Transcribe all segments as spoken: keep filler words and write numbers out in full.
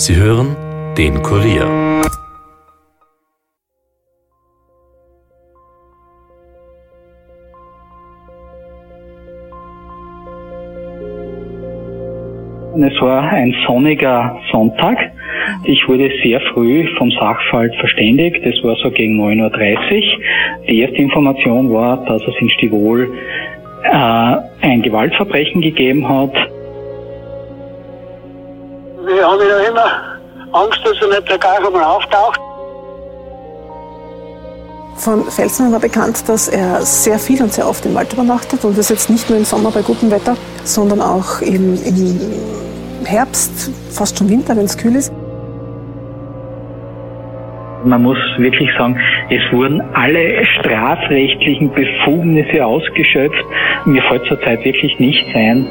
Sie hören den Kurier. Es war ein sonniger Sonntag. Ich wurde sehr früh vom Sachverhalt verständigt. Das war so gegen neun Uhr dreißig. Die erste Information war, dass es in Stivol äh, ein Gewaltverbrechen gegeben hat. Wir haben ja immer Angst, dass er nicht gleich einmal auftaucht. Von Felsmann war bekannt, dass er sehr viel und sehr oft im Wald übernachtet und das jetzt nicht nur im Sommer bei gutem Wetter, sondern auch im, im Herbst, fast schon Winter, wenn es kühl ist. Man muss wirklich sagen, es wurden alle strafrechtlichen Befugnisse ausgeschöpft. Mir fällt zurzeit wirklich nichts ein.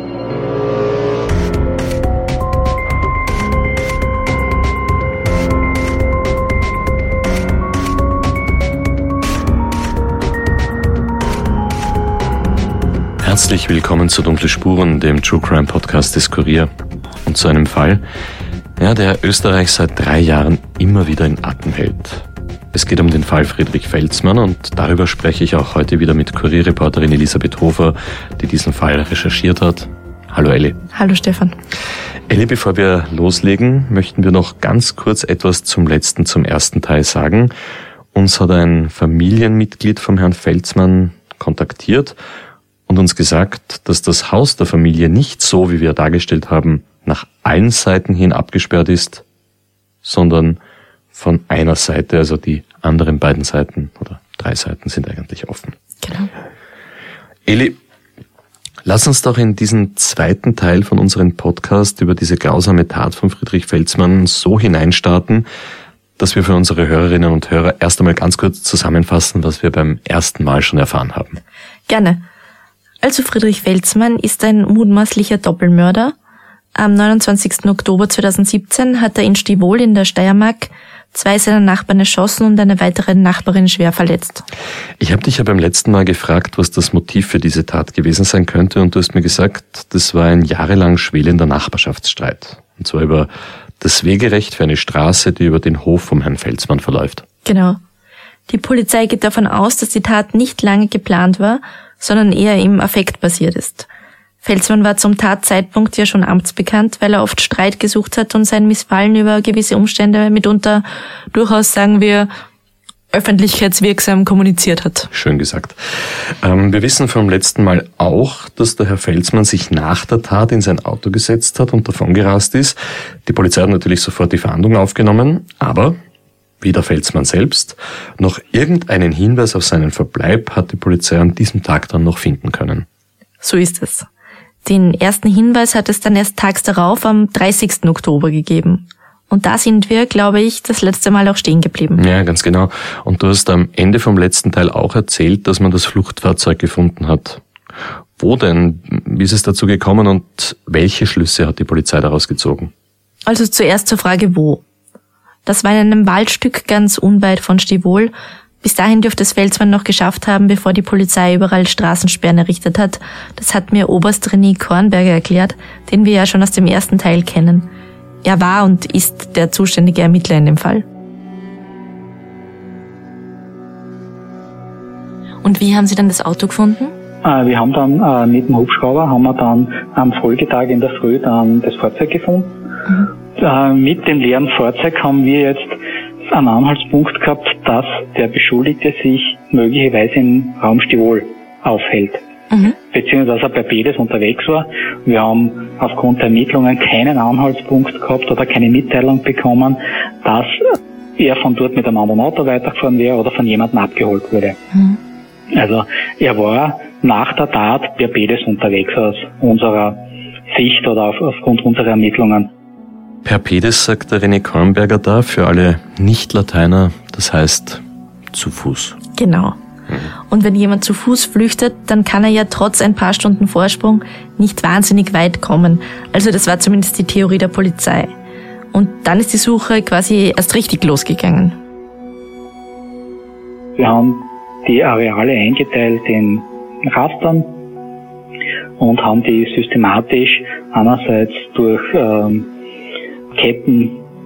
Herzlich willkommen zu Dunkle Spuren, dem True Crime Podcast des Kurier und zu einem Fall, ja, der Österreich seit drei Jahren immer wieder in Atem hält. Es geht um den Fall Friedrich Felsmann und darüber spreche ich auch heute wieder mit Kurierreporterin Elisabeth Hofer, die diesen Fall recherchiert hat. Hallo Elli. Hallo Stefan. Elli, bevor wir loslegen, möchten wir noch ganz kurz etwas zum letzten, zum ersten Teil sagen. Uns hat ein Familienmitglied vom Herrn Felsmann kontaktiert und uns gesagt, dass das Haus der Familie nicht so, wie wir dargestellt haben, nach allen Seiten hin abgesperrt ist, sondern von einer Seite, also die anderen beiden Seiten oder drei Seiten sind eigentlich offen. Genau. Eli, lass uns doch in diesen zweiten Teil von unserem Podcast über diese grausame Tat von Friedrich Felsmann so hineinstarten, dass wir für unsere Hörerinnen und Hörer erst einmal ganz kurz zusammenfassen, was wir beim ersten Mal schon erfahren haben. Gerne. Also Friedrich Felsmann ist ein mutmaßlicher Doppelmörder. Am neunundzwanzigsten Oktober zweitausendsiebzehn hat er in Stivol in der Steiermark zwei seiner Nachbarn erschossen und eine weitere Nachbarin schwer verletzt. Ich habe dich ja beim letzten Mal gefragt, was das Motiv für diese Tat gewesen sein könnte, und du hast mir gesagt, das war ein jahrelang schwelender Nachbarschaftsstreit. Und zwar über das Wegerecht für eine Straße, die über den Hof vom Herrn Felsmann verläuft. Genau. Die Polizei geht davon aus, dass die Tat nicht lange geplant war, sondern eher im Affekt basiert ist. Felsmann war zum Tatzeitpunkt ja schon amtsbekannt, weil er oft Streit gesucht hat und sein Missfallen über gewisse Umstände mitunter durchaus, sagen wir, öffentlichkeitswirksam kommuniziert hat. Schön gesagt. Ähm, wir wissen vom letzten Mal auch, dass der Herr Felsmann sich nach der Tat in sein Auto gesetzt hat und davongerast ist. Die Polizei hat natürlich sofort die Fahndung aufgenommen, aber weder Felsmann selbst noch irgendeinen Hinweis auf seinen Verbleib hat die Polizei an diesem Tag dann noch finden können. So ist es. Den ersten Hinweis hat es dann erst tags darauf am dreißigsten Oktober gegeben. Und da sind wir, glaube ich, das letzte Mal auch stehen geblieben. Ja, ganz genau. Und du hast am Ende vom letzten Teil auch erzählt, dass man das Fluchtfahrzeug gefunden hat. Wo denn? Wie ist es dazu gekommen und welche Schlüsse hat die Polizei daraus gezogen? Also zuerst zur Frage, wo. Das war in einem Waldstück ganz unweit von Stivol. Bis dahin dürfte es Felsmann noch geschafft haben, bevor die Polizei überall Straßensperren errichtet hat. Das hat mir Oberst René Kornberger erklärt, den wir ja schon aus dem ersten Teil kennen. Er war und ist der zuständige Ermittler in dem Fall. Und wie haben Sie dann das Auto gefunden? Wir haben dann äh, mit dem Hubschrauber haben wir dann am Folgetag in der Früh dann das Fahrzeug gefunden. Mhm. Äh, mit dem leeren Fahrzeug haben wir jetzt einen Anhaltspunkt gehabt, dass der Beschuldigte sich möglicherweise im Raum Stivol aufhält. Mhm. Beziehungsweise dass er bei Bedes unterwegs war. Wir haben aufgrund der Ermittlungen keinen Anhaltspunkt gehabt oder keine Mitteilung bekommen, dass er von dort mit einem anderen Auto weitergefahren wäre oder von jemandem abgeholt wurde. Mhm. Also er war nach der Tat bei Bedes unterwegs aus unserer Sicht oder auf, aufgrund unserer Ermittlungen. Per Pedes sagt der René Kornberger da, für alle Nicht-Lateiner, das heißt zu Fuß. Genau. Und wenn jemand zu Fuß flüchtet, dann kann er ja trotz ein paar Stunden Vorsprung nicht wahnsinnig weit kommen. Also das war zumindest die Theorie der Polizei. Und dann ist die Suche quasi erst richtig losgegangen. Wir haben die Areale eingeteilt in Rastern und haben die systematisch einerseits durch ähm, Ketten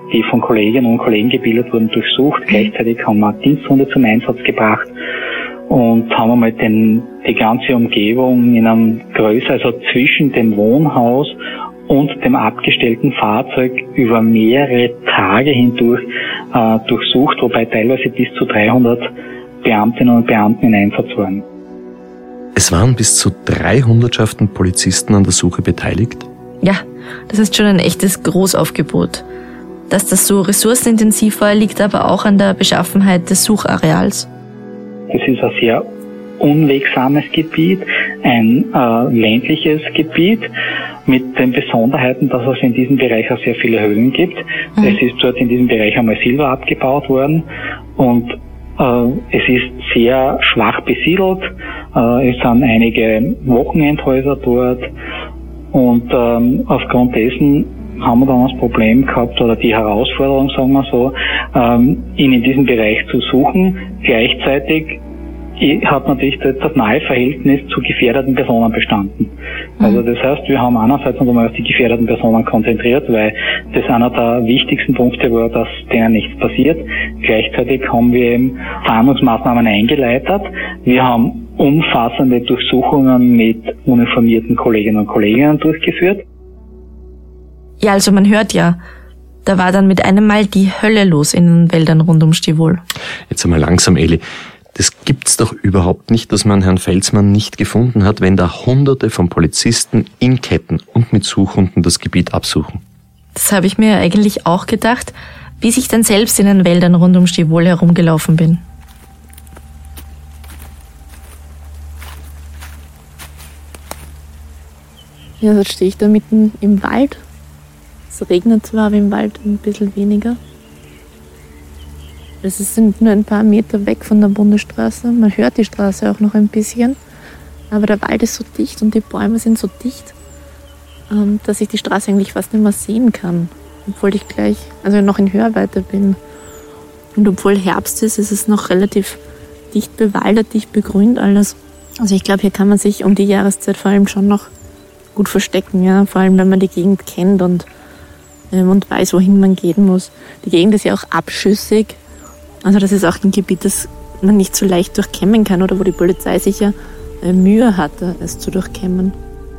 die von Kolleginnen und Kollegen gebildet wurden, durchsucht. Gleichzeitig haben wir Diensthunde zum Einsatz gebracht und haben einmal den, die ganze Umgebung in einem Größe, also zwischen dem Wohnhaus und dem abgestellten Fahrzeug über mehrere Tage hindurch äh, durchsucht, wobei teilweise bis zu dreihundert Beamtinnen und Beamten in Einsatz waren. Es waren bis zu drei Hundertschaften Polizisten an der Suche beteiligt? Ja, das ist schon ein echtes Großaufgebot. Dass das so ressourcenintensiv war, liegt aber auch an der Beschaffenheit des Suchareals. Das ist ein sehr unwegsames Gebiet, ein äh, ländliches Gebiet mit den Besonderheiten, dass es in diesem Bereich auch sehr viele Höhlen gibt. Mhm. Es ist dort in diesem Bereich einmal Silber abgebaut worden und äh, es ist sehr schwach besiedelt. Äh, es sind einige Wochenendhäuser dort und ähm, aufgrund dessen haben wir dann das Problem gehabt oder die Herausforderung, sagen wir so, ähm, ihn in diesem Bereich zu suchen. Gleichzeitig hat natürlich das nahe Verhältnis zu gefährdeten Personen bestanden. Mhm. Also das heißt, wir haben einerseits uns einmal auf die gefährdeten Personen konzentriert, weil das einer der wichtigsten Punkte war, dass denen nichts passiert. Gleichzeitig haben wir eben Fahndungsmaßnahmen eingeleitet. Wir haben umfassende Durchsuchungen mit uniformierten Kolleginnen und Kollegen durchgeführt. Ja, also man hört ja, da war dann mit einem Mal die Hölle los in den Wäldern rund um Stivol. Jetzt einmal langsam, Eli. Das gibt's doch überhaupt nicht, dass man Herrn Felsmann nicht gefunden hat, wenn da Hunderte von Polizisten in Ketten und mit Suchhunden das Gebiet absuchen. Das habe ich mir eigentlich auch gedacht, bis ich dann selbst in den Wäldern rund um Stivol herumgelaufen bin. Ja, jetzt stehe ich da mitten im Wald. Es regnet zwar, aber im Wald ein bisschen weniger. Es sind nur ein paar Meter weg von der Bundesstraße. Man hört die Straße auch noch ein bisschen. Aber der Wald ist so dicht und die Bäume sind so dicht, dass ich die Straße eigentlich fast nicht mehr sehen kann. Obwohl ich gleich, also noch in Hörweite bin. Und obwohl Herbst ist, ist es noch relativ dicht bewaldet, dicht begrünt alles. Also ich glaube, hier kann man sich um die Jahreszeit vor allem schon noch gut verstecken. Ja? Vor allem, wenn man die Gegend kennt und, ähm, und weiß, wohin man gehen muss. Die Gegend ist ja auch abschüssig. Also das ist auch ein Gebiet, das man nicht so leicht durchkämmen kann oder wo die Polizei sicher äh, Mühe hatte, es zu durchkämmen.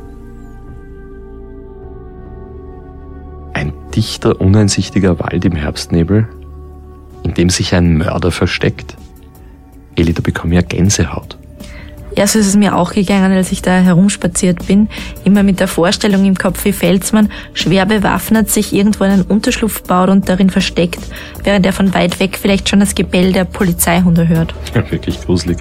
Ein dichter, uneinsichtiger Wald im Herbstnebel, in dem sich ein Mörder versteckt. Eli, da bekomme ich ja Gänsehaut. Ja, so ist es mir auch gegangen, als ich da herumspaziert bin. Immer mit der Vorstellung im Kopf, wie Felsmann schwer bewaffnet sich irgendwo einen Unterschlupf baut und darin versteckt, während er von weit weg vielleicht schon das Gebell der Polizeihunde hört. Ja, wirklich gruselig.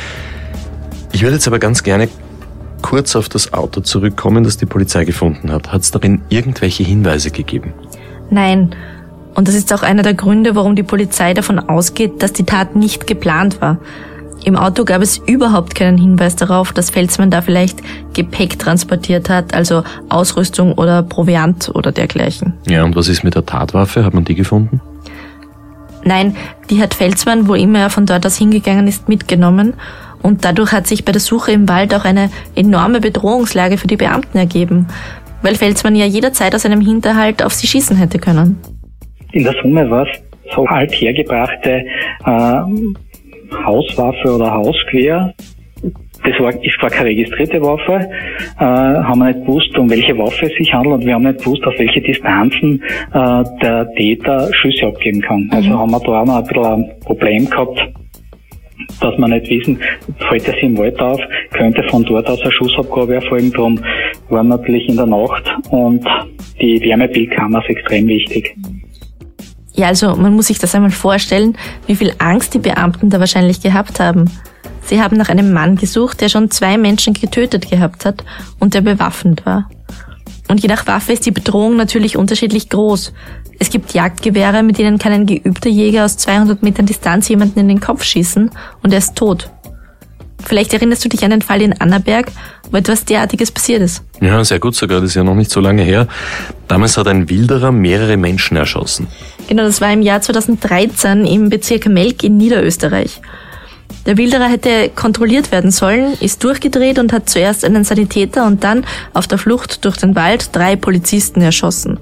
Ich würde jetzt aber ganz gerne kurz auf das Auto zurückkommen, das die Polizei gefunden hat. Hat es darin irgendwelche Hinweise gegeben? Nein. Und das ist auch einer der Gründe, warum die Polizei davon ausgeht, dass die Tat nicht geplant war. Im Auto gab es überhaupt keinen Hinweis darauf, dass Felsmann da vielleicht Gepäck transportiert hat, also Ausrüstung oder Proviant oder dergleichen. Ja, und was ist mit der Tatwaffe? Hat man die gefunden? Nein, die hat Felsmann, wo immer er von dort aus hingegangen ist, mitgenommen. Und dadurch hat sich bei der Suche im Wald auch eine enorme Bedrohungslage für die Beamten ergeben, weil Felsmann ja jederzeit aus einem Hinterhalt auf sie schießen hätte können. In der Summe war es so althergebrachte äh, Hauswaffe oder Hausgewehr. Das war, ist zwar keine registrierte Waffe, äh, haben wir nicht gewusst, um welche Waffe es sich handelt und wir haben nicht gewusst, auf welche Distanzen äh, der Täter Schüsse abgeben kann. Also mhm. haben wir da auch noch ein bisschen ein Problem gehabt, dass wir nicht wissen, fällt es im Wald auf, könnte von dort aus eine Schussabgabe erfolgen. Darum waren natürlich in der Nacht und die Wärmebildkammer ist extrem wichtig. Ja, also man muss sich das einmal vorstellen, wie viel Angst die Beamten da wahrscheinlich gehabt haben. Sie haben nach einem Mann gesucht, der schon zwei Menschen getötet gehabt hat und der bewaffnet war. Und je nach Waffe ist die Bedrohung natürlich unterschiedlich groß. Es gibt Jagdgewehre, mit denen kann ein geübter Jäger aus zweihundert Metern Distanz jemanden in den Kopf schießen und er ist tot. Vielleicht erinnerst du dich an den Fall in Annaberg, wo etwas derartiges passiert ist. Ja, sehr gut sogar, das ist ja noch nicht so lange her. Damals hat ein Wilderer mehrere Menschen erschossen. Genau, das war im Jahr zweitausenddreizehn im Bezirk Melk in Niederösterreich. Der Wilderer hätte kontrolliert werden sollen, ist durchgedreht und hat zuerst einen Sanitäter und dann auf der Flucht durch den Wald drei Polizisten erschossen.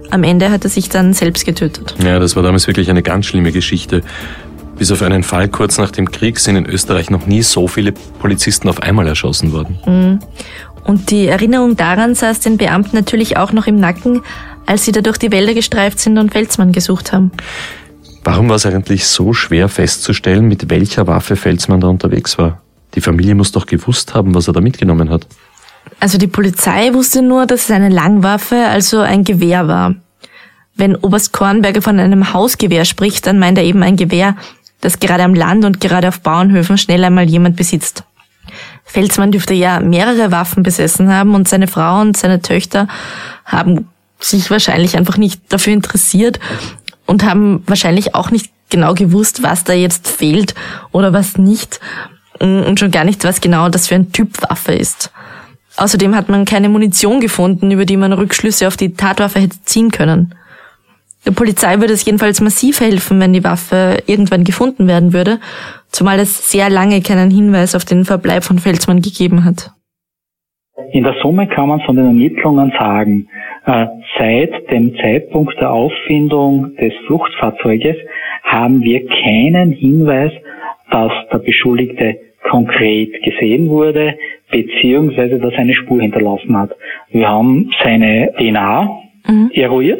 Am Ende hat er sich dann selbst getötet. Ja, das war damals wirklich eine ganz schlimme Geschichte. Bis auf einen Fall kurz nach dem Krieg sind in Österreich noch nie so viele Polizisten auf einmal erschossen worden. Mhm. Und die Erinnerung daran saß den Beamten natürlich auch noch im Nacken, als sie da durch die Wälder gestreift sind und Veldsmann gesucht haben. Warum war es eigentlich so schwer festzustellen, mit welcher Waffe Veldsmann da unterwegs war? Die Familie muss doch gewusst haben, was er da mitgenommen hat. Also die Polizei wusste nur, dass es eine Langwaffe, also ein Gewehr war. Wenn Oberst Kornberger von einem Hausgewehr spricht, dann meint er eben ein Gewehr, das gerade am Land und gerade auf Bauernhöfen schnell einmal jemand besitzt. Veldsmann dürfte ja mehrere Waffen besessen haben und seine Frau und seine Töchter haben sich wahrscheinlich einfach nicht dafür interessiert und haben wahrscheinlich auch nicht genau gewusst, was da jetzt fehlt oder was nicht und schon gar nicht, was genau das für ein Typ Waffe ist. Außerdem hat man keine Munition gefunden, über die man Rückschlüsse auf die Tatwaffe hätte ziehen können. Der Polizei würde es jedenfalls massiv helfen, wenn die Waffe irgendwann gefunden werden würde, zumal es sehr lange keinen Hinweis auf den Verbleib von Veldsmann gegeben hat. In der Summe kann man von den Ermittlungen sagen, äh, seit dem Zeitpunkt der Auffindung des Fluchtfahrzeuges haben wir keinen Hinweis, dass der Beschuldigte konkret gesehen wurde, beziehungsweise dass er eine Spur hinterlassen hat. Wir haben seine D N A mhm. eruiert,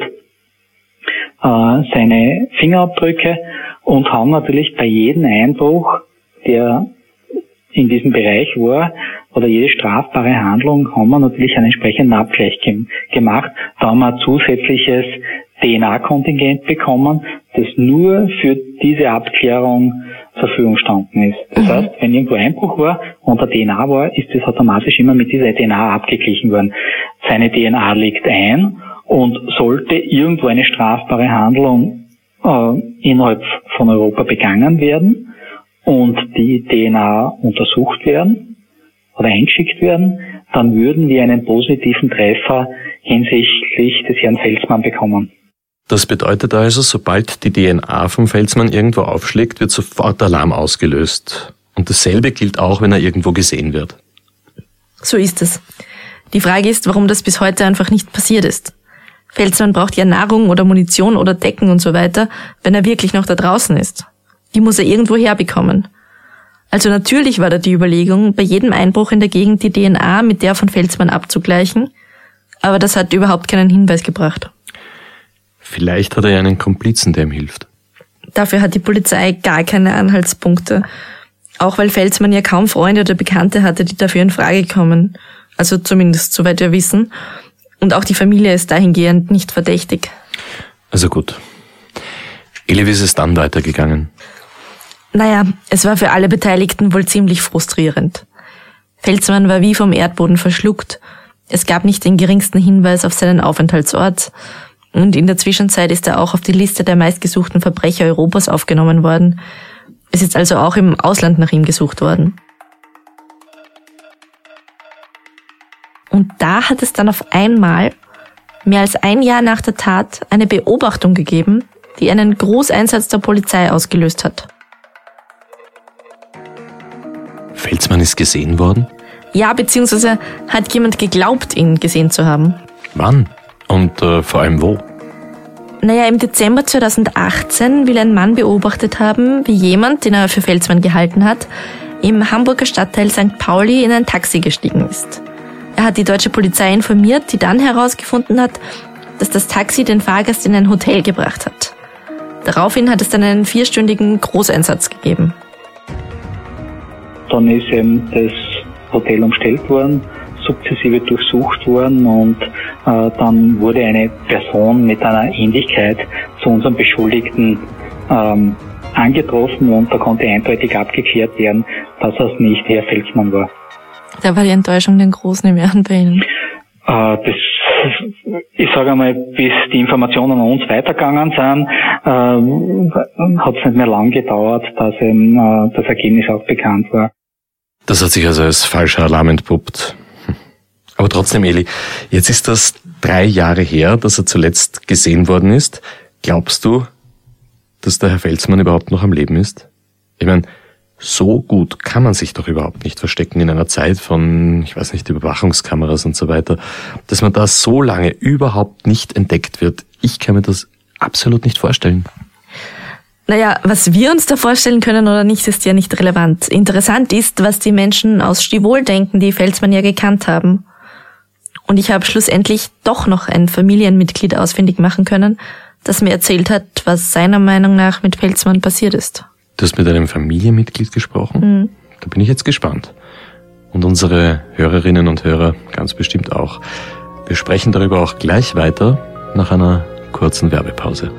äh, seine Fingerabdrücke und haben natürlich bei jedem Einbruch, der in diesem Bereich war, oder jede strafbare Handlung, haben wir natürlich einen entsprechenden Abgleich ge- gemacht. Da haben wir ein zusätzliches D N A-Kontingent bekommen, das nur für diese Abklärung zur Verfügung gestanden ist. Das mhm. heißt, wenn irgendwo Einbruch war und der D N A war, ist das automatisch immer mit dieser D N A abgeglichen worden. Seine D N A liegt ein und sollte irgendwo eine strafbare Handlung äh, innerhalb von Europa begangen werden und die D N A untersucht werden oder eingeschickt werden, dann würden wir einen positiven Treffer hinsichtlich des Herrn Veldsmann bekommen. Das bedeutet also, sobald die D N A vom Veldsmann irgendwo aufschlägt, wird sofort Alarm ausgelöst. Und dasselbe gilt auch, wenn er irgendwo gesehen wird. So ist es. Die Frage ist, warum das bis heute einfach nicht passiert ist. Veldsmann braucht ja Nahrung oder Munition oder Decken und so weiter, wenn er wirklich noch da draußen ist. Die muss er irgendwo herbekommen. Also natürlich war da die Überlegung, bei jedem Einbruch in der Gegend die D N A mit der von Veldsmann abzugleichen, aber das hat überhaupt keinen Hinweis gebracht. Vielleicht hat er ja einen Komplizen, der ihm hilft. Dafür hat die Polizei gar keine Anhaltspunkte. Auch weil Veldsmann ja kaum Freunde oder Bekannte hatte, die dafür in Frage kommen. Also zumindest, soweit wir wissen. Und auch die Familie ist dahingehend nicht verdächtig. Also gut. Eli, wie ist es dann weitergegangen? Naja, es war für alle Beteiligten wohl ziemlich frustrierend. Veldsmann war wie vom Erdboden verschluckt. Es gab nicht den geringsten Hinweis auf seinen Aufenthaltsort. Und in der Zwischenzeit ist er auch auf die Liste der meistgesuchten Verbrecher Europas aufgenommen worden. Es ist also auch im Ausland nach ihm gesucht worden. Und da hat es dann auf einmal, mehr als ein Jahr nach der Tat, eine Beobachtung gegeben, die einen Großeinsatz der Polizei ausgelöst hat. Veldsmann ist gesehen worden? Ja, beziehungsweise hat jemand geglaubt, ihn gesehen zu haben. Wann? Und äh, vor allem wo? Naja, im Dezember zweitausendachtzehn will ein Mann beobachtet haben, wie jemand, den er für Veldsmann gehalten hat, im Hamburger Stadtteil Sankt Pauli in ein Taxi gestiegen ist. Er hat die deutsche Polizei informiert, die dann herausgefunden hat, dass das Taxi den Fahrgast in ein Hotel gebracht hat. Daraufhin hat es dann einen vierstündigen Großeinsatz gegeben. Dann ist eben das Hotel umstellt worden, sukzessive durchsucht worden und äh, dann wurde eine Person mit einer Ähnlichkeit zu unserem Beschuldigten ähm, angetroffen und da konnte eindeutig abgeklärt werden, dass es nicht Herr Veldsmann war. Da war die Enttäuschung den Großen im Jahren bei Ihnen? Äh, das, ich sage einmal, bis die Informationen an uns weitergegangen sind, äh, hat es nicht mehr lang gedauert, dass eben äh, das Ergebnis auch bekannt war. Das hat sich also als falscher Alarm entpuppt. Aber trotzdem, Eli, jetzt ist das drei Jahre her, dass er zuletzt gesehen worden ist. Glaubst du, dass der Herr Veldsmann überhaupt noch am Leben ist? Ich meine, so gut kann man sich doch überhaupt nicht verstecken in einer Zeit von, ich weiß nicht, Überwachungskameras und so weiter, dass man da so lange überhaupt nicht entdeckt wird. Ich kann mir das absolut nicht vorstellen. Naja, was wir uns da vorstellen können oder nicht, ist ja nicht relevant. Interessant ist, was die Menschen aus Stivol denken, die Veldsman ja gekannt haben. Und ich habe schlussendlich doch noch ein Familienmitglied ausfindig machen können, das mir erzählt hat, was seiner Meinung nach mit Veldsman passiert ist. Du hast mit einem Familienmitglied gesprochen? Mhm. Da bin ich jetzt gespannt. Und unsere Hörerinnen und Hörer ganz bestimmt auch. Wir sprechen darüber auch gleich weiter nach einer kurzen Werbepause.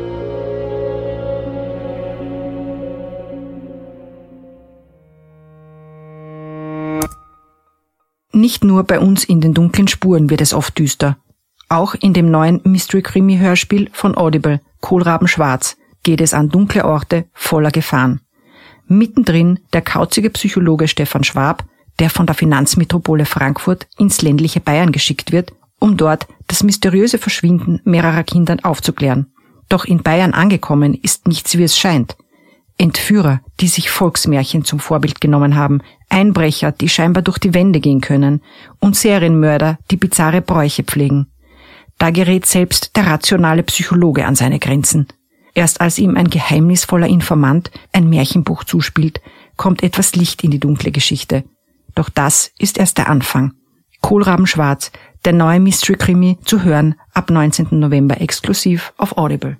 Nicht nur bei uns in den dunklen Spuren wird es oft düster. Auch in dem neuen Mystery-Krimi-Hörspiel von Audible, Kohlraben schwarz, geht es an dunkle Orte voller Gefahren. Mittendrin der kauzige Psychologe Stefan Schwab, der von der Finanzmetropole Frankfurt ins ländliche Bayern geschickt wird, um dort das mysteriöse Verschwinden mehrerer Kinder aufzuklären. Doch in Bayern angekommen ist nichts, wie es scheint. Entführer, die sich Volksmärchen zum Vorbild genommen haben, Einbrecher, die scheinbar durch die Wände gehen können, und Serienmörder, die bizarre Bräuche pflegen. Da gerät selbst der rationale Psychologe an seine Grenzen. Erst als ihm ein geheimnisvoller Informant ein Märchenbuch zuspielt, kommt etwas Licht in die dunkle Geschichte. Doch das ist erst der Anfang. Kohlraben schwarz, der neue Mystery-Krimi, zu hören ab neunzehnten November exklusiv auf Audible.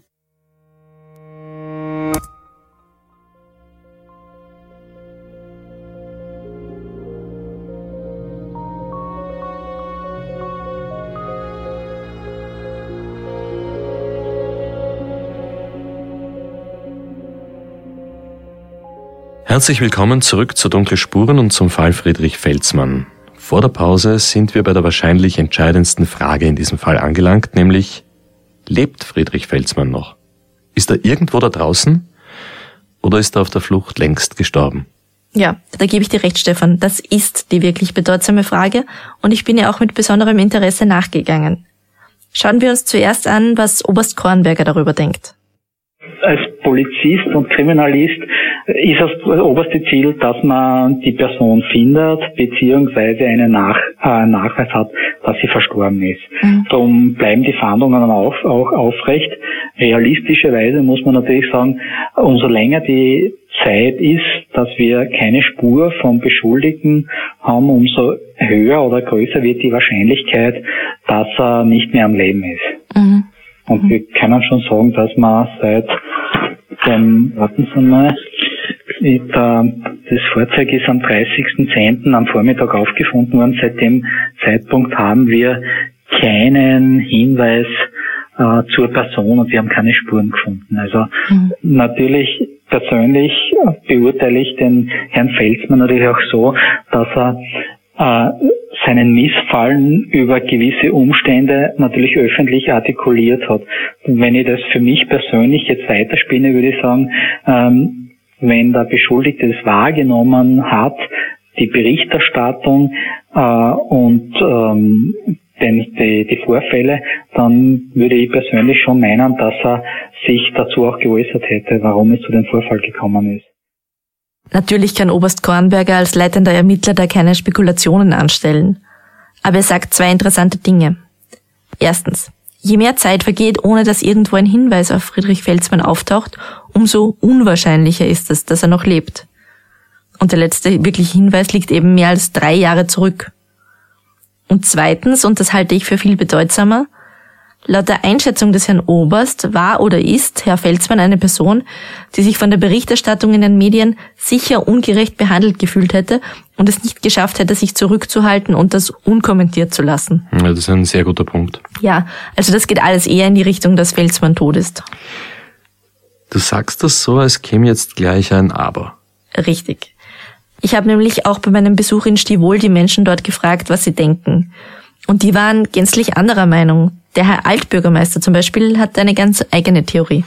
Herzlich willkommen zurück zu Dunkle Spuren und zum Fall Friedrich Veldsman. Vor der Pause sind wir bei der wahrscheinlich entscheidendsten Frage in diesem Fall angelangt, nämlich: Lebt Friedrich Veldsman noch? Ist er irgendwo da draußen oder ist er auf der Flucht längst gestorben? Ja, da gebe ich dir recht, Stefan. Das ist die wirklich bedeutsame Frage und ich bin ihr auch mit besonderem Interesse nachgegangen. Schauen wir uns zuerst an, was Oberst Kornberger darüber denkt. Als Polizist und Kriminalist ist das oberste Ziel, dass man die Person findet, beziehungsweise einen Nach, äh, Nachweis hat, dass sie verstorben ist. Mhm. Darum bleiben die Fahndungen auf, auch aufrecht. Realistischerweise muss man natürlich sagen, umso länger die Zeit ist, dass wir keine Spur vom Beschuldigten haben, umso höher oder größer wird die Wahrscheinlichkeit, dass er nicht mehr am Leben ist. Mhm. Und wir können schon sagen, dass man seit dem, warten Sie mal, das Fahrzeug ist am dreißigsten zehnten am Vormittag aufgefunden worden. Seit dem Zeitpunkt haben wir keinen Hinweis äh, zur Person und wir haben keine Spuren gefunden. Also mhm. natürlich persönlich beurteile ich den Herrn Veldsman natürlich auch so, dass er äh, seinen Missfallen über gewisse Umstände natürlich öffentlich artikuliert hat. Und wenn ich das für mich persönlich jetzt weiterspinne, würde ich sagen, ähm, wenn der Beschuldigte es wahrgenommen hat, die Berichterstattung äh, und ähm, den, die, die Vorfälle, dann würde ich persönlich schon meinen, dass er sich dazu auch geäußert hätte, warum es zu dem Vorfall gekommen ist. Natürlich kann Oberst Kornberger als leitender Ermittler da keine Spekulationen anstellen. Aber er sagt zwei interessante Dinge. Erstens: Je mehr Zeit vergeht, ohne dass irgendwo ein Hinweis auf Friedrich Veldsman auftaucht, umso unwahrscheinlicher ist es, dass er noch lebt. Und der letzte wirkliche Hinweis liegt eben mehr als drei Jahre zurück. Und zweitens, und das halte ich für viel bedeutsamer, laut der Einschätzung des Herrn Oberst war oder ist Herr Veldsman eine Person, die sich von der Berichterstattung in den Medien sicher ungerecht behandelt gefühlt hätte und es nicht geschafft hätte, sich zurückzuhalten und das unkommentiert zu lassen. Ja, das ist ein sehr guter Punkt. Ja, also das geht alles eher in die Richtung, dass Veldsman tot ist. Du sagst das so, als käme jetzt gleich ein Aber. Richtig. Ich habe nämlich auch bei meinem Besuch in Stivol die Menschen dort gefragt, was sie denken. Und die waren gänzlich anderer Meinung. Der Herr Altbürgermeister zum Beispiel hat eine ganz eigene Theorie.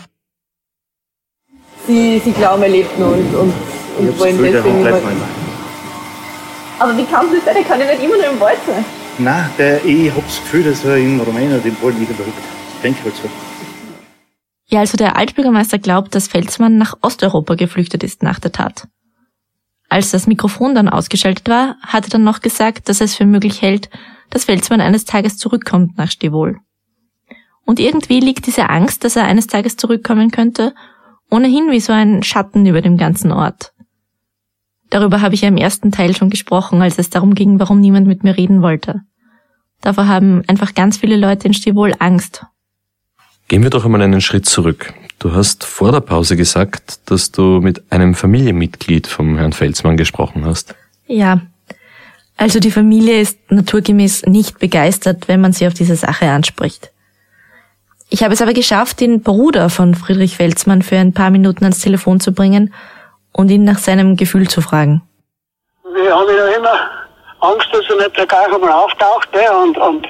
Sie, sie glauben, er lebt noch und, und, und wollen deswegen nicht. Aber wie kann das sein? Der kann ja nicht immer noch im Wald sein. Nein, der, ich habe das Gefühl, dass er in Rumänien oder im Polen wieder behütet. Ich denke halt so. Ja, also der Altbürgermeister glaubt, dass Veldsman nach Osteuropa geflüchtet ist nach der Tat. Als das Mikrofon dann ausgeschaltet war, hat er dann noch gesagt, dass er es für möglich hält, dass Velzmann eines Tages zurückkommt nach Stivol. Und irgendwie liegt diese Angst, dass er eines Tages zurückkommen könnte, ohnehin wie so ein Schatten über dem ganzen Ort. Darüber habe ich ja im ersten Teil schon gesprochen, als es darum ging, warum niemand mit mir reden wollte. Davor haben einfach ganz viele Leute in Stivol Angst. Gehen wir doch einmal einen Schritt zurück. Du hast vor der Pause gesagt, dass du mit einem Familienmitglied vom Herrn Velzmann gesprochen hast. Ja, also die Familie ist naturgemäß nicht begeistert, wenn man sie auf diese Sache anspricht. Ich habe es aber geschafft, den Bruder von Friedrich Velzmann für ein paar Minuten ans Telefon zu bringen und ihn nach seinem Gefühl zu fragen. Wir haben ja immer Angst, dass er nicht gleich einmal auftaucht, ne? und, und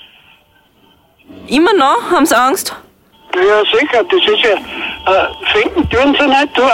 Immer noch? Haben Sie Angst? Ja, sicher, das ist ja, äh, finden tun sie nicht, du,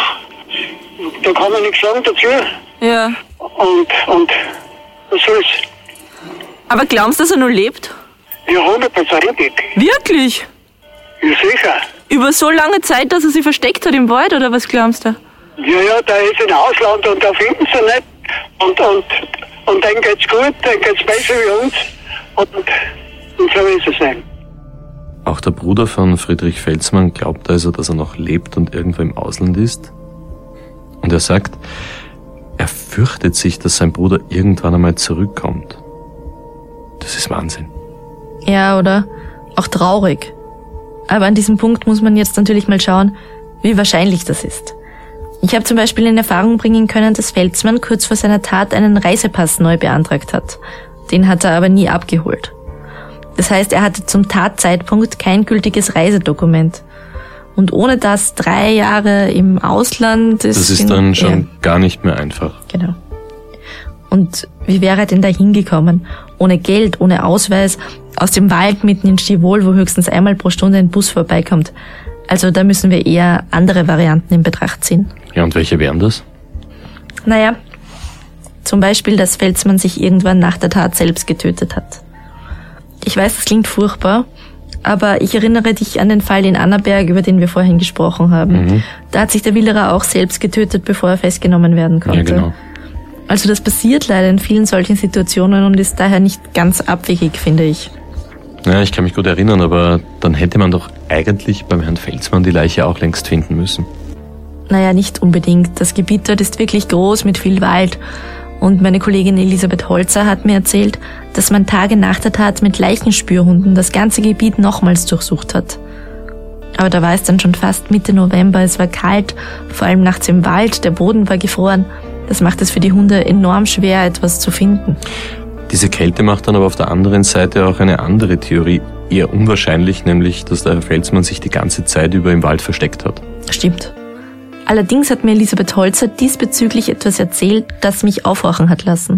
da kann man nichts sagen dazu. Ja. Und, und, was soll's? Aber glauben Sie, dass er noch lebt? Ja, hundertprozentig. Wirklich? Ja, sicher. Über so lange Zeit, dass er sich versteckt hat im Wald, oder was glaubst du? Ja, ja, der ist im Ausland und da finden sie nicht. Und, und, und denen geht's gut, denen geht's besser wie uns. Und, und so ist es nicht. Auch der Bruder von Friedrich Velzmann glaubt also, dass er noch lebt und irgendwo im Ausland ist. Und er sagt, er fürchtet sich, dass sein Bruder irgendwann einmal zurückkommt. Das ist Wahnsinn. Ja, oder? Auch traurig. Aber an diesem Punkt muss man jetzt natürlich mal schauen, wie wahrscheinlich das ist. Ich habe zum Beispiel in Erfahrung bringen können, dass Velzmann kurz vor seiner Tat einen Reisepass neu beantragt hat. Den hat er aber nie abgeholt. Das heißt, er hatte zum Tatzeitpunkt kein gültiges Reisedokument. Und ohne das drei Jahre im Ausland ist... Das ist dann schon ja. gar nicht mehr einfach. Genau. Und wie wäre er denn da hingekommen? Ohne Geld, ohne Ausweis, aus dem Wald mitten in Stivol, wo höchstens einmal pro Stunde ein Bus vorbeikommt. Also da müssen wir eher andere Varianten in Betracht ziehen. Ja, und welche wären das? Naja, zum Beispiel, dass Velzmann sich irgendwann nach der Tat selbst getötet hat. Ich weiß, das klingt furchtbar, aber ich erinnere dich an den Fall in Annaberg, über den wir vorhin gesprochen haben. Mhm. Da hat sich der Willerer auch selbst getötet, bevor er festgenommen werden konnte. Ja, genau. Also das passiert leider in vielen solchen Situationen und ist daher nicht ganz abwegig, finde ich. Ja, ich kann mich gut erinnern, aber dann hätte man doch eigentlich beim Herrn Velzmann die Leiche auch längst finden müssen. Naja, nicht unbedingt. Das Gebiet dort ist wirklich groß mit viel Wald. Und meine Kollegin Elisabeth Holzer hat mir erzählt, dass man Tage nach der Tat mit Leichenspürhunden das ganze Gebiet nochmals durchsucht hat. Aber da war es dann schon fast Mitte November, es war kalt, vor allem nachts im Wald, der Boden war gefroren. Das macht es für die Hunde enorm schwer, etwas zu finden. Diese Kälte macht dann aber auf der anderen Seite auch eine andere Theorie eher unwahrscheinlich, nämlich, dass der Herr Velzmann sich die ganze Zeit über im Wald versteckt hat. Stimmt. Allerdings hat mir Elisabeth Holzer diesbezüglich etwas erzählt, das mich aufhorchen hat lassen.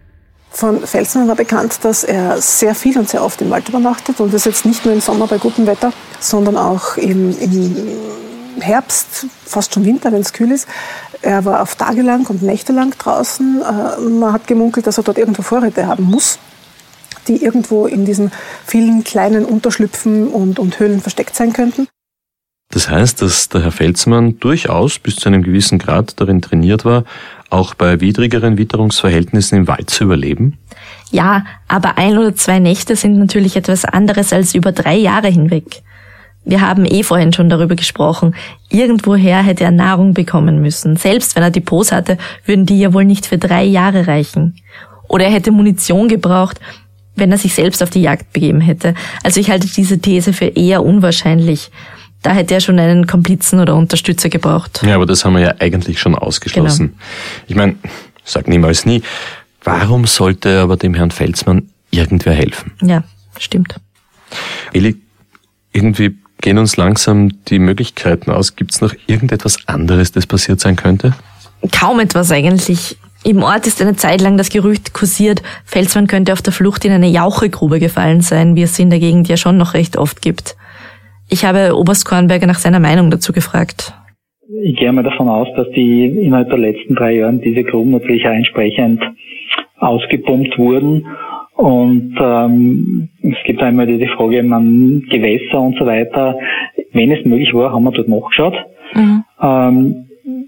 Von Velzmann war bekannt, dass er sehr viel und sehr oft im Wald übernachtet und das jetzt nicht nur im Sommer bei gutem Wetter, sondern auch im, im Herbst, fast schon Winter, wenn es kühl ist. Er war auf tagelang und nächtelang draußen. Man hat gemunkelt, dass er dort irgendwo Vorräte haben muss, die irgendwo in diesen vielen kleinen Unterschlüpfen und, und Höhlen versteckt sein könnten. Das heißt, dass der Herr Velzmann durchaus bis zu einem gewissen Grad darin trainiert war, auch bei widrigeren Witterungsverhältnissen im Wald zu überleben? Ja, aber ein oder zwei Nächte sind natürlich etwas anderes als über drei Jahre hinweg. Wir haben eh vorhin schon darüber gesprochen. Irgendwoher hätte er Nahrung bekommen müssen. Selbst wenn er Depots hatte, würden die ja wohl nicht für drei Jahre reichen. Oder er hätte Munition gebraucht, wenn er sich selbst auf die Jagd begeben hätte. Also ich halte diese These für eher unwahrscheinlich. Da hätte er schon einen Komplizen oder Unterstützer gebraucht. Ja, aber das haben wir ja eigentlich schon ausgeschlossen. Genau. Ich meine, sag niemals nie, warum sollte aber dem Herrn Velzmann irgendwer helfen? Ja, stimmt. Eli, irgendwie gehen uns langsam die Möglichkeiten aus. Gibt's noch irgendetwas anderes, das passiert sein könnte? Kaum etwas eigentlich. Im Ort ist eine Zeit lang das Gerücht kursiert, Velzmann könnte auf der Flucht in eine Jauchegrube gefallen sein, wie es sie in der Gegend ja schon noch recht oft gibt. Ich habe Oberst Kornberger nach seiner Meinung dazu gefragt. Ich gehe mal davon aus, dass die innerhalb der letzten drei Jahren diese Gruben natürlich auch entsprechend ausgepumpt wurden. Und ähm, es gibt einmal die Frage, man Gewässer und so weiter. Wenn es möglich war, haben wir dort nachgeschaut. Mhm. Ähm,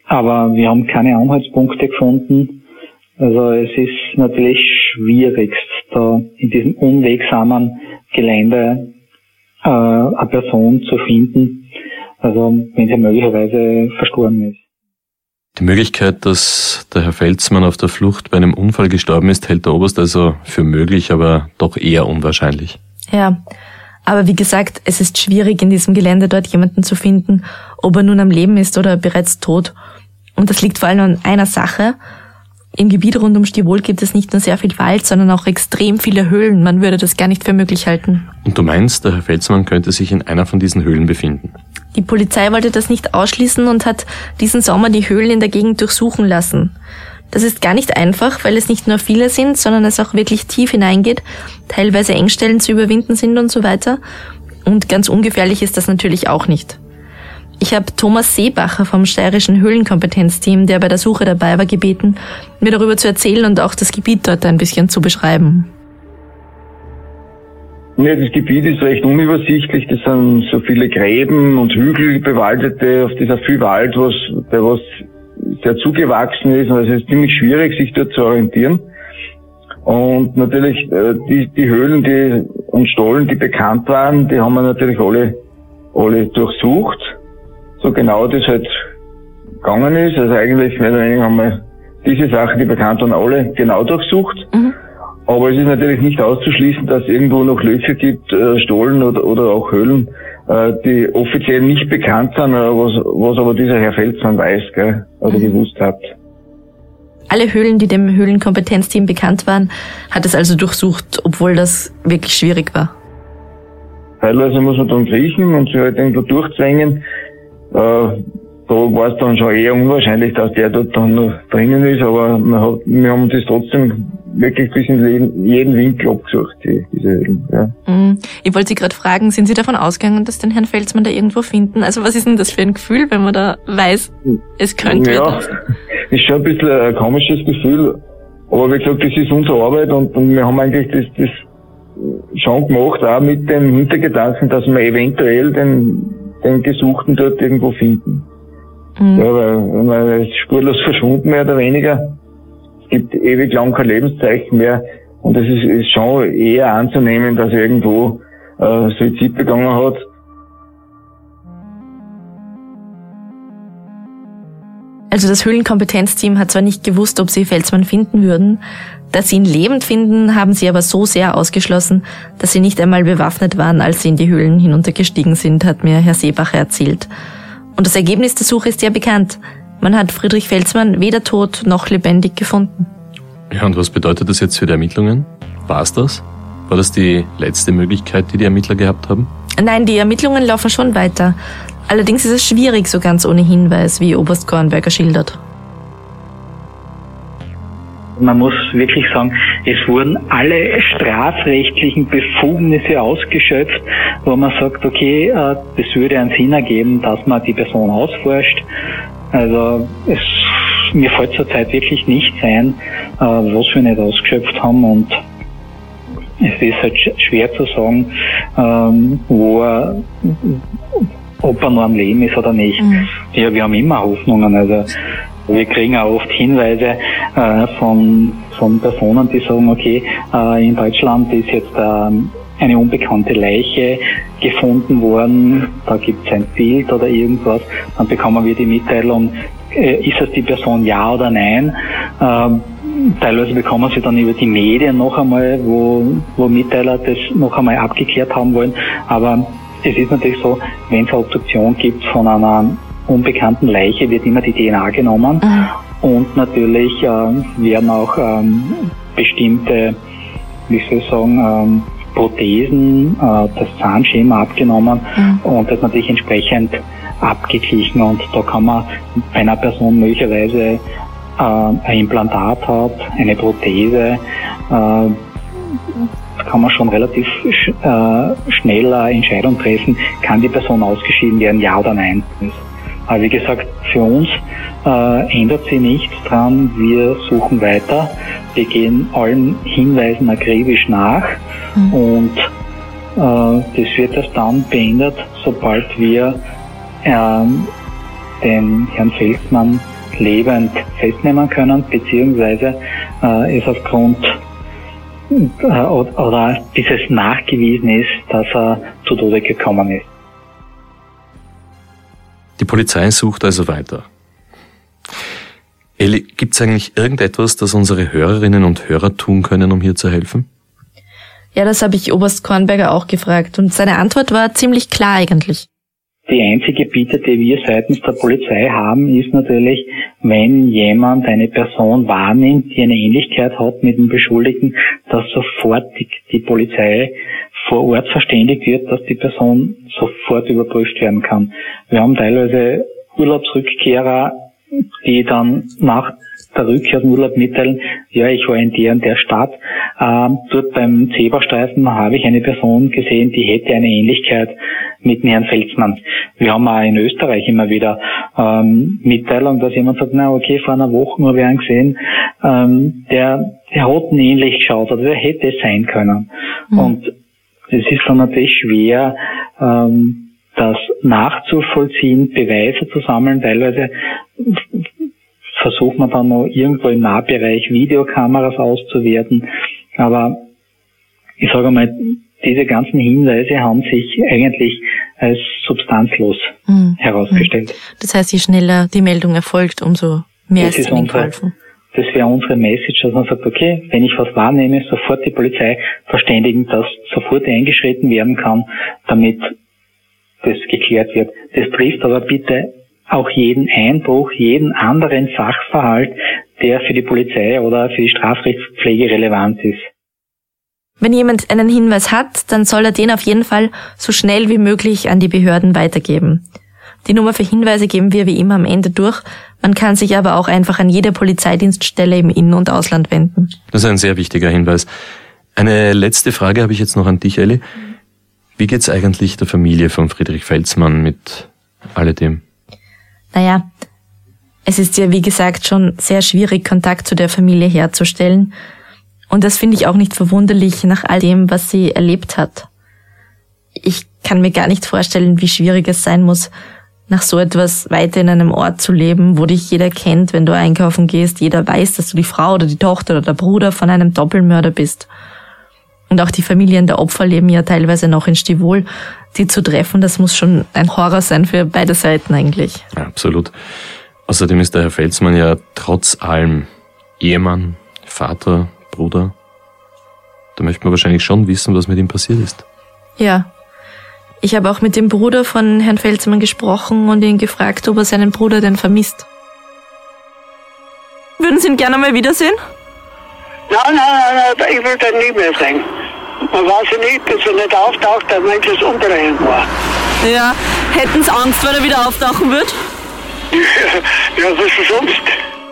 aber wir haben keine Anhaltspunkte gefunden. Also es ist natürlich schwierigst, da in diesem unwegsamen Gelände äh, eine Person zu finden, also wenn sie möglicherweise verstorben ist. Die Möglichkeit, dass der Herr Velzmann auf der Flucht bei einem Unfall gestorben ist, hält der Oberst also für möglich, aber doch eher unwahrscheinlich. Ja, aber wie gesagt, es ist schwierig, in diesem Gelände dort jemanden zu finden, ob er nun am Leben ist oder bereits tot. Und das liegt vor allem an einer Sache. Im Gebiet rund um Stivol gibt es nicht nur sehr viel Wald, sondern auch extrem viele Höhlen. Man würde das gar nicht für möglich halten. Und du meinst, der Herr Velzmann könnte sich in einer von diesen Höhlen befinden? Die Polizei wollte das nicht ausschließen und hat diesen Sommer die Höhlen in der Gegend durchsuchen lassen. Das ist gar nicht einfach, weil es nicht nur viele sind, sondern es auch wirklich tief hineingeht, teilweise Engstellen zu überwinden sind und so weiter. Und ganz ungefährlich ist das natürlich auch nicht. Ich habe Thomas Seebacher vom steirischen Höhlenkompetenzteam, der bei der Suche dabei war, gebeten, mir darüber zu erzählen und auch das Gebiet dort ein bisschen zu beschreiben. Ja, das Gebiet ist recht unübersichtlich. Das sind so viele Gräben und Hügel, bewaldete, auf dieser viel Wald, was, der was sehr zugewachsen ist. Also es ist ziemlich schwierig, sich dort zu orientieren. Und natürlich, die, die Höhlen, die, und Stollen, die bekannt waren, die haben wir natürlich alle, alle durchsucht. So genau das halt gegangen ist. Also eigentlich, mehr oder weniger haben wir diese Sachen, die bekannt waren, alle genau durchsucht. Mhm. Aber es ist natürlich nicht auszuschließen, dass es irgendwo noch Löcher gibt, äh, Stollen oder, oder auch Höhlen, äh, die offiziell nicht bekannt sind, äh, was, was aber dieser Herr Velzmann weiß, gell, oder mhm. gewusst hat. Alle Höhlen, die dem Höhlenkompetenzteam bekannt waren, hat es also durchsucht, obwohl das wirklich schwierig war. Teilweise muss man dann kriechen und sich halt irgendwo durchzwängen. Äh, da war es dann schon eher unwahrscheinlich, dass der dort dann noch drinnen ist, aber man hat, wir haben das trotzdem wirklich bis in jeden Winkel abgesucht, die, diese Höhlen. Ja. Ich wollte Sie gerade fragen, sind Sie davon ausgegangen, dass den Herrn Velzmann da irgendwo finden? Also was ist denn das für ein Gefühl, wenn man da weiß, es könnte ja, das? Ist schon ein bisschen ein komisches Gefühl, aber wie gesagt, das ist unsere Arbeit und, und wir haben eigentlich das, das schon gemacht, auch mit dem Hintergedanken, dass wir eventuell den, den Gesuchten dort irgendwo finden. Mhm. Ja, weil, weil er ist spurlos verschwunden, mehr oder weniger. Es gibt ewig lang kein Lebenszeichen mehr. Und es ist, ist schon eher anzunehmen, dass er irgendwo äh, Suizid begangen hat. Also das Höhlenkompetenzteam hat zwar nicht gewusst, ob sie Velzmann finden würden. Dass sie ihn lebend finden, haben sie aber so sehr ausgeschlossen, dass sie nicht einmal bewaffnet waren, als sie in die Höhlen hinuntergestiegen sind, hat mir Herr Seebacher erzählt. Und das Ergebnis der Suche ist ja bekannt. Man hat Friedrich Velzmann weder tot noch lebendig gefunden. Ja, und was bedeutet das jetzt für die Ermittlungen? War es das? War das die letzte Möglichkeit, die die Ermittler gehabt haben? Nein, die Ermittlungen laufen schon weiter. Allerdings ist es schwierig, so ganz ohne Hinweis, wie Oberst Kornberger schildert. Man muss wirklich sagen, es wurden alle strafrechtlichen Befugnisse ausgeschöpft, wo man sagt, okay, das würde einen Sinn ergeben, dass man die Person ausforscht. Also es, mir fällt zurzeit wirklich nichts ein, was wir nicht ausgeschöpft haben, und es ist halt schwer zu sagen, wo er, ob er noch am Leben ist oder nicht. Mhm. Ja, wir haben immer Hoffnungen. Also wir kriegen auch oft Hinweise äh, von, von Personen, die sagen, okay, äh, in Deutschland ist jetzt äh, eine unbekannte Leiche gefunden worden, da gibt es ein Bild oder irgendwas, dann bekommen wir die Mitteilung, äh, ist es die Person, ja oder nein. Äh, teilweise bekommen sie dann über die Medien noch einmal, wo, wo Mitteiler das noch einmal abgeklärt haben wollen, aber es ist natürlich so, wenn es eine Obduktion gibt von einer unbekannten Leiche, wird immer die D N A genommen. Mhm. Und natürlich äh, werden auch ähm, bestimmte, wie soll ich sagen, ähm, Prothesen, äh, das Zahnschema abgenommen, mhm. und das natürlich entsprechend abgeglichen. Und da kann man, wenn eine Person möglicherweise äh, ein Implantat hat, eine Prothese, äh, kann man schon relativ sch äh, schnell eine Entscheidung treffen, kann die Person ausgeschieden werden, ja oder nein. Aber wie gesagt, für uns äh, ändert sich nichts dran, wir suchen weiter, wir gehen allen Hinweisen akribisch nach, mhm. und äh, das wird erst dann beendet, sobald wir äh, den Herrn Velzmann lebend festnehmen können, beziehungsweise äh, es aufgrund äh, oder bis es nachgewiesen ist, dass er zu Tode gekommen ist. Die Polizei sucht also weiter. Eli, gibt es eigentlich irgendetwas, das unsere Hörerinnen und Hörer tun können, um hier zu helfen? Ja, das habe ich Oberst Kornberger auch gefragt und seine Antwort war ziemlich klar eigentlich. Die einzige Bitte, die wir seitens der Polizei haben, ist natürlich, wenn jemand eine Person wahrnimmt, die eine Ähnlichkeit hat mit dem Beschuldigten, dass sofort die, die Polizei vor Ort verständigt wird, dass die Person sofort überprüft werden kann. Wir haben teilweise Urlaubsrückkehrer, die dann nach der Rückkehr aus dem Urlaub mitteilen, ja, ich war in der und der Stadt, ähm, dort beim Zebrastreifen habe ich eine Person gesehen, die hätte eine Ähnlichkeit mit dem Herrn Felsmann. Wir haben auch in Österreich immer wieder ähm, Mitteilung, dass jemand sagt, na okay, vor einer Woche habe ich einen gesehen, ähm, der, der hat ihn ähnlich geschaut, oder der hätte es sein können. Mhm. Und es ist dann natürlich schwer, ähm, das nachzuvollziehen, Beweise zu sammeln, teilweise versucht man dann noch irgendwo im Nahbereich Videokameras auszuwerten. Aber ich sage mal, diese ganzen Hinweise haben sich eigentlich als substanzlos mhm. herausgestellt. Das heißt, je schneller die Meldung erfolgt, umso mehr das ist ihnen geholfen. Das wäre unsere Message, dass man sagt, okay, wenn ich was wahrnehme, sofort die Polizei verständigen, dass sofort eingeschritten werden kann, damit das geklärt wird. Das trifft aber bitte auch jeden Einbruch, jeden anderen Sachverhalt, der für die Polizei oder für die Strafrechtspflege relevant ist. Wenn jemand einen Hinweis hat, dann soll er den auf jeden Fall so schnell wie möglich an die Behörden weitergeben. Die Nummer für Hinweise geben wir wie immer am Ende durch. Man kann sich aber auch einfach an jede Polizeidienststelle im In- und Ausland wenden. Das ist ein sehr wichtiger Hinweis. Eine letzte Frage habe ich jetzt noch an dich, Elli. Wie geht's eigentlich der Familie von Friedrich Felsmann mit alledem? Naja, es ist ja wie gesagt schon sehr schwierig, Kontakt zu der Familie herzustellen. Und das finde ich auch nicht verwunderlich nach all dem, was sie erlebt hat. Ich kann mir gar nicht vorstellen, wie schwierig es sein muss, nach so etwas weiter in einem Ort zu leben, wo dich jeder kennt, wenn du einkaufen gehst. Jeder weiß, dass du die Frau oder die Tochter oder der Bruder von einem Doppelmörder bist. Und auch die Familien der Opfer leben ja teilweise noch in Stivol. Die zu treffen, das muss schon ein Horror sein für beide Seiten eigentlich. Ja, absolut. Außerdem ist der Herr Felsmann ja trotz allem Ehemann, Vater, Bruder. Da möchte man wahrscheinlich schon wissen, was mit ihm passiert ist. Ja. Ich habe auch mit dem Bruder von Herrn Felsmann gesprochen und ihn gefragt, ob er seinen Bruder denn vermisst. Würden Sie ihn gerne mal wiedersehen? Nein, nein, nein, nein, ich will den nie mehr sehen. Man weiß ja nicht, dass er nicht auftaucht, der Mensch ist unberechnet war. Ja, hätten Sie Angst, weil er wieder auftauchen wird? Ja, was ist sonst?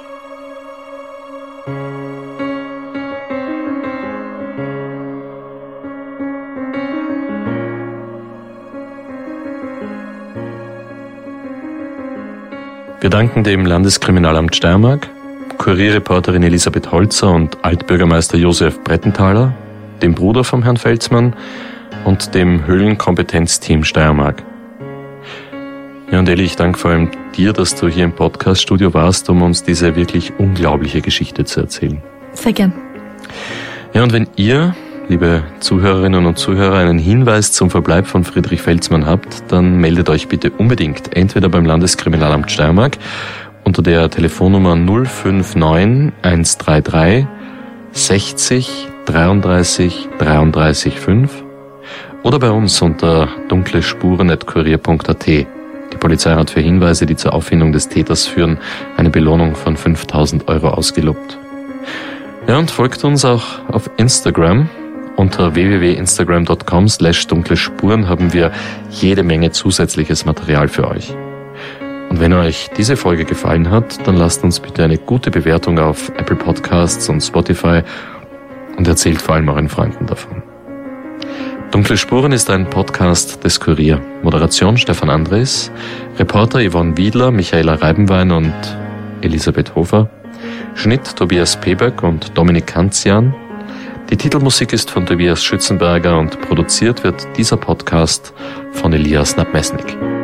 Wir danken dem Landeskriminalamt Steiermark, Kurierreporterin Elisabeth Holzer und Altbürgermeister Josef Brettenthaler, dem Bruder vom Herrn Felsmann und dem Höhlenkompetenzteam Steiermark. Ja, und Elli, ich danke vor allem dir, dass du hier im Podcaststudio warst, um uns diese wirklich unglaubliche Geschichte zu erzählen. Sehr gern. Ja, und wenn ihr, liebe Zuhörerinnen und Zuhörer, einen Hinweis zum Verbleib von Friedrich Felsmann habt, dann meldet euch bitte unbedingt entweder beim Landeskriminalamt Steiermark unter der Telefonnummer null fünf neun eins drei drei sechzig dreiunddreißig dreiunddreißig fünf oder bei uns unter dunklespuren at kurier punkt at. Die Polizei hat für Hinweise, die zur Auffindung des Täters führen, eine Belohnung von fünftausend Euro ausgelobt. Ja, und folgt uns auch auf Instagram. Unter w w w punkt instagram punkt com slash dunkle Spuren haben wir jede Menge zusätzliches Material für euch. Und wenn euch diese Folge gefallen hat, dann lasst uns bitte eine gute Bewertung auf Apple Podcasts und Spotify und erzählt vor allem euren Freunden davon. Dunkle Spuren ist ein Podcast des Kurier. Moderation Stefan Andres, Reporter Yvonne Wiedler, Michaela Reibenwein und Elisabeth Hofer, Schnitt Tobias Peböck und Dominik Kanzian. Die Titelmusik ist von Tobias Schützenberger und produziert wird dieser Podcast von Elias Nabmesnik.